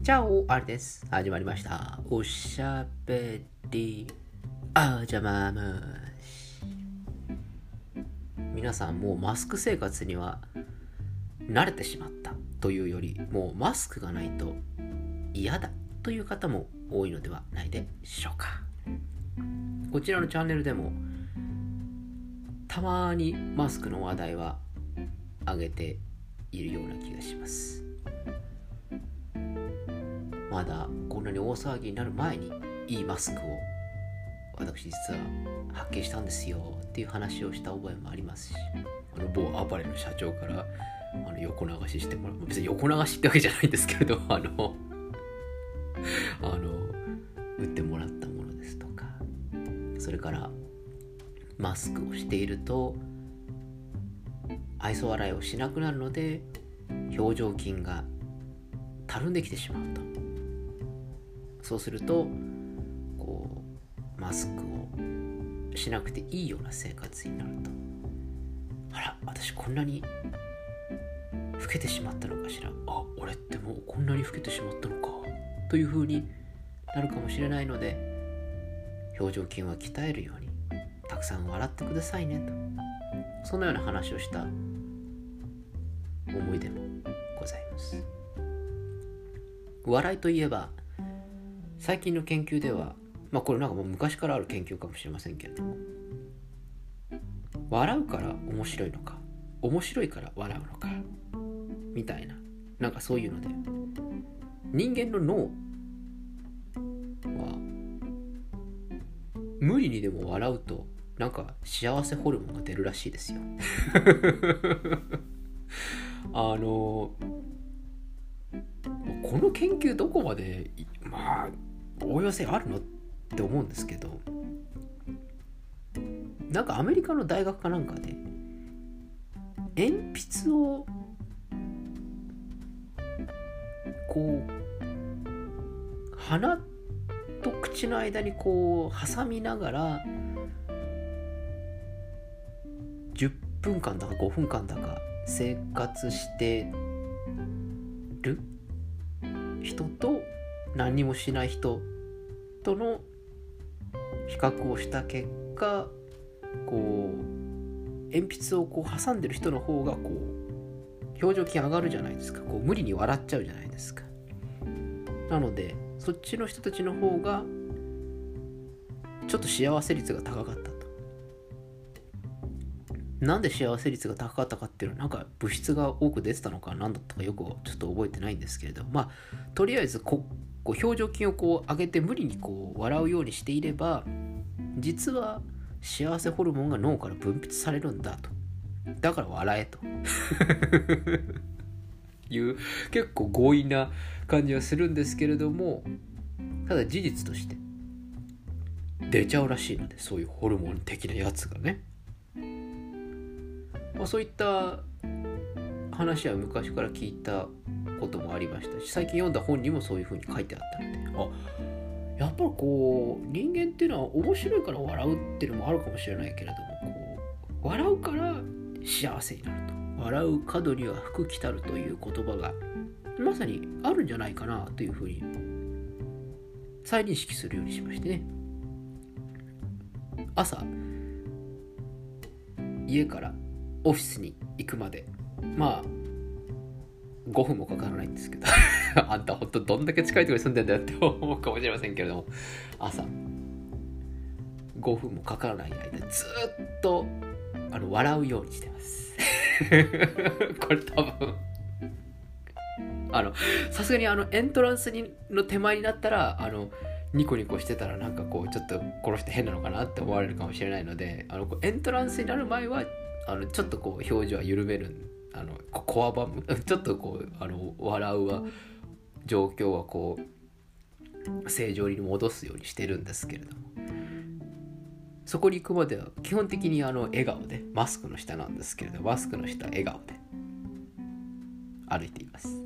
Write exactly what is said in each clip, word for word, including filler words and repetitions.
チャオあれです。始まりました。おしゃべりあじゃまむし。皆さんもうマスク生活には慣れてしまったというより、もうマスクがないと嫌だという方も多いのではないでしょうか。こちらのチャンネルでもたまにマスクの話題は上げているような気がします。まだこんなに大騒ぎになる前にいいマスクを私実は発見したんですよっていう話をした覚えもありますし、あの某アパレルの社長からあの横流ししてもらう、別に横流しってわけじゃないんですけれど、あのあの売ってもらったものですとか、それからマスクをしていると愛想笑いをしなくなるので表情筋がたるんできてしまうと。そうするとこうマスクをしなくていいような生活になると、あら私こんなに老けてしまったのかしら、あ俺ってもうこんなに老けてしまったのかという風になるかもしれないので、表情筋は鍛えるようにたくさん笑ってくださいねと、そのような話をした思い出もございます。笑いといえば最近の研究では、まあこれなんかもう昔からある研究かもしれませんけれども、笑うから面白いのか面白いから笑うのかみたいな、なんかそういうので、人間の脳は無理にでも笑うとなんか幸せホルモンが出るらしいですよあのこの研究どこまでまあ応用性あるのって思うんですけど、なんかアメリカの大学かなんかで鉛筆をこう鼻と口の間にこう挟みながらじゅっぷんかんだかごふんかんだか生活してる人と何にもしない人との比較をした結果、こう鉛筆をこう挟んでる人の方がこう表情筋上がるじゃないですか。こう無理に笑っちゃうじゃないですか。なのでそっちの人たちの方がちょっと幸せ率が高かったと。なんで幸せ率が高かったかっていうのは、なんか物質が多く出てたのか何だったかよくちょっと覚えてないんですけれど、まあとりあえずここう表情筋をこう上げて無理にこう笑うようにしていれば、実は幸せホルモンが脳から分泌されるんだと。だから笑えという結構強引な感じはするんですけれども、ただ事実として出ちゃうらしいので、そういうホルモン的なやつがね、まあ、そういった話は昔から聞いたこともありましたし、最近読んだ本にもそういう風に書いてあったので、あ、やっぱりこう人間っていうのは面白いから笑うっていうのもあるかもしれないけれども、こう笑うから幸せになると、笑う角には福来たるという言葉がまさにあるんじゃないかなという風に再認識するようにしましてね。朝家からオフィスに行くまでまあごふんもかからないんですけどあんたほんとどんだけ近いところに住んでんだよって思うかもしれませんけれども、朝ごふんもかからない間ずっとあの笑うようにしてますこれ多分あのさすがにあのエントランスにの手前になったら、あのニコニコしてたらなんかこうちょっとこの人変なのかなって思われるかもしれないので、あのエントランスになる前はあのちょっとこう表情は緩める、あのこわばむちょっとこうあの笑うは状況はこう正常に戻すようにしてるんですけれども、そこに行くまでは基本的にあの笑顔で、マスクの下なんですけれど、マスクの下笑顔で歩いています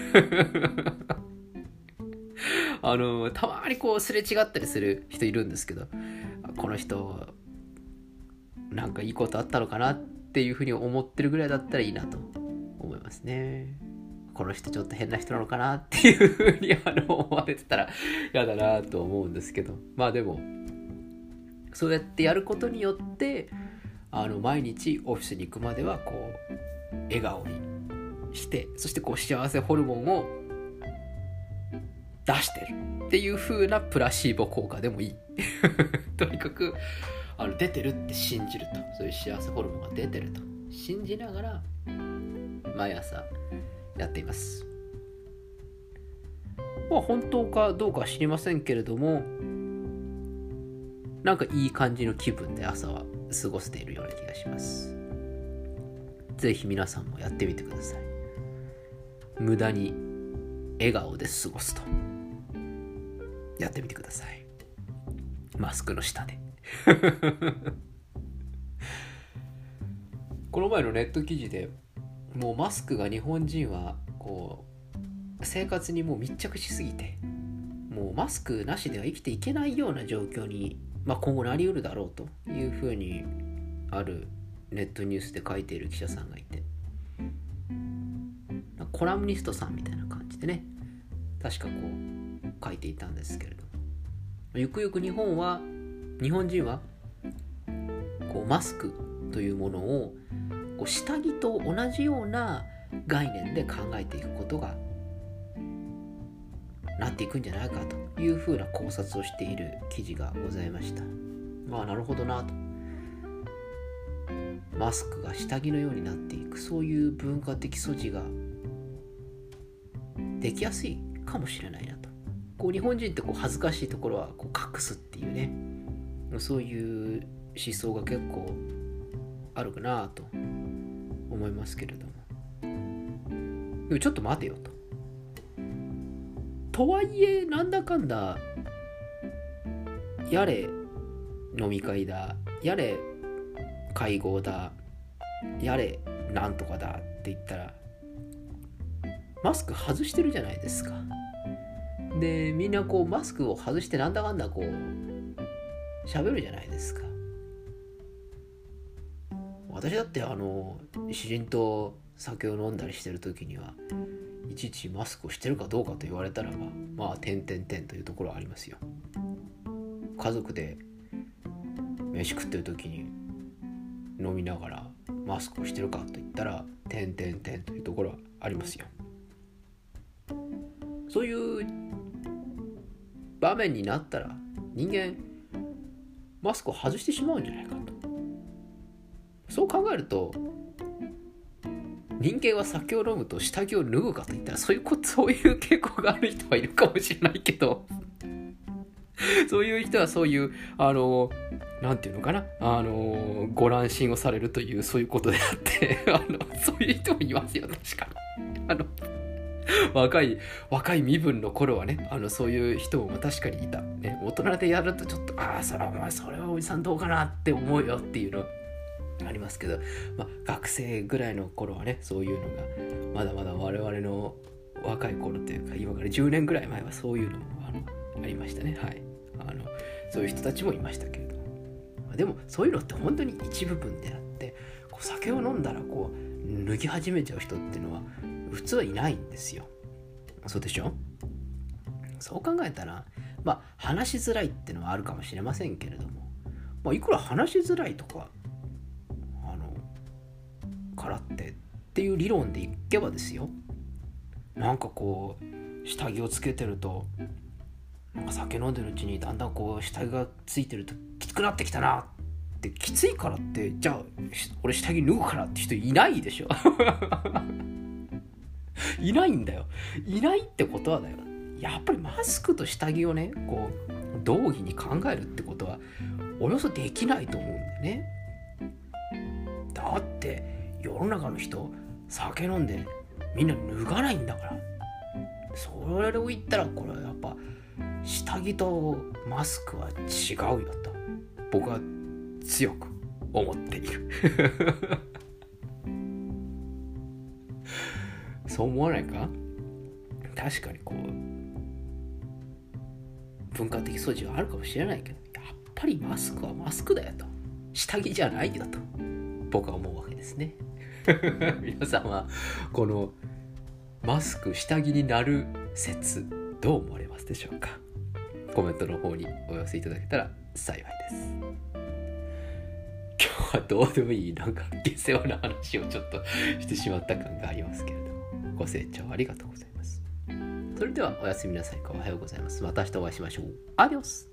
あのたまにこうすれ違ったりする人いるんですけど、この人なんかいいことあったのかなっていうふうに思ってるぐらいだったらいいなと思いますね。ここの人ちょっと変な人なのかなっていうふうにあの思われてたら嫌だなと思うんですけど、まあでもそうやってやることによってあの毎日オフィスに行くまではこう笑顔にして、そしてこう幸せホルモンを出してるっていう風なプラシーボ効果でもいいとにかくあの出てるって信じると、そういう幸せホルモンが出てると信じながら毎朝やっています。まあ本当かどうかは知りませんけれども、なんかいい感じの気分で朝は過ごせているような気がします。ぜひ皆さんもやってみてください。無駄に笑顔で過ごすとやってみてください。マスクの下でこの前のネット記事でもうマスクが日本人はこう生活にもう密着しすぎて、もうマスクなしでは生きていけないような状況に、まあ、今後なりうるだろうというふうにあるネットニュースで書いている記者さんがいて、コラムニストさんみたいな感じでね、確かこう書いていたんですけれども、ゆくゆく日本は日本人はこうマスクというものをこう下着と同じような概念で考えていくことがなっていくんじゃないかというふうな考察をしている記事がございました。まあなるほどなと、マスクが下着のようになっていく、そういう文化的素地ができやすいかもしれないなと。こう日本人ってこう恥ずかしいところはこう隠すっていうね、そういう思想が結構あるかなと思いますけれども、でもちょっと待てよと。とはいえなんだかんだやれ飲み会だ、やれ会合だ、やれなんとかだって言ったらマスク外してるじゃないですか。でみんなこうマスクを外してなんだかんだこう喋るじゃないですか。私だってあの知人と酒を飲んだりしてる時にはいちいちマスクをしてるかどうかと言われたらば、まあ点々点というところはありますよ。家族で飯食ってる時に飲みながらマスクをしてるかと言ったら点々点というところはありますよ。そういう場面になったら人間マスクを外してしまうんじゃないかと。そう考えると人間は酒を飲むと下着を脱ぐかといったらそういうこと、そういう傾向がある人はいるかもしれないけどそういう人はそういうあのなんていうのかな、あのご乱心をされるというそういうことであってあのそういう人もいますよ。確かにあの若い若い身分の頃はね、あのそういう人も確かにいた、ね、大人でやるとちょっとああそれはお前それはおじさんどうかなって思うよっていうのありますけど、まあ、学生ぐらいの頃はねそういうのがまだまだ我々の若い頃というか今からじゅうねんぐらい前はそういうのも あのありましたね。はい、あのそういう人たちもいましたけれども、でもそういうのって本当に一部分であって、こう酒を飲んだらこう脱ぎ始めちゃう人っていうのは普通はいないんですよ。そうでしょ。そう考えたらまあ話しづらいっていうのはあるかもしれませんけれども、まあ、いくら話しづらいとかあのからってっていう理論でいけばですよ、なんかこう下着をつけてるとなんか酒飲んでるうちにだんだんこう下着がついてるときつくなってきたなって、きついからってじゃあ俺下着脱ぐからって人いないでしょいないんだよ。いないってことはだよ、やっぱりマスクと下着をねこう同義に考えるってことはおよそできないと思うんだよね。だって世の中の人酒飲んでみんな脱がないんだから、それを言ったらこれはやっぱ下着とマスクは違うよと僕は強く思っているそう思わないか。確かにこう文化的素地はあるかもしれないけど、やっぱりマスクはマスクだよと、下着じゃないよと僕は思うわけですね皆さんはこのマスク下着になる説どう思われますでしょうか。コメントの方にお寄せいただけたら幸いです。今日はどうでもいいなんか下世話な話をちょっとしてしまった感がありますけれども、ご清聴ありがとうございます。それではおやすみなさいか、おはようございます。また明日お会いしましょう。アディオス。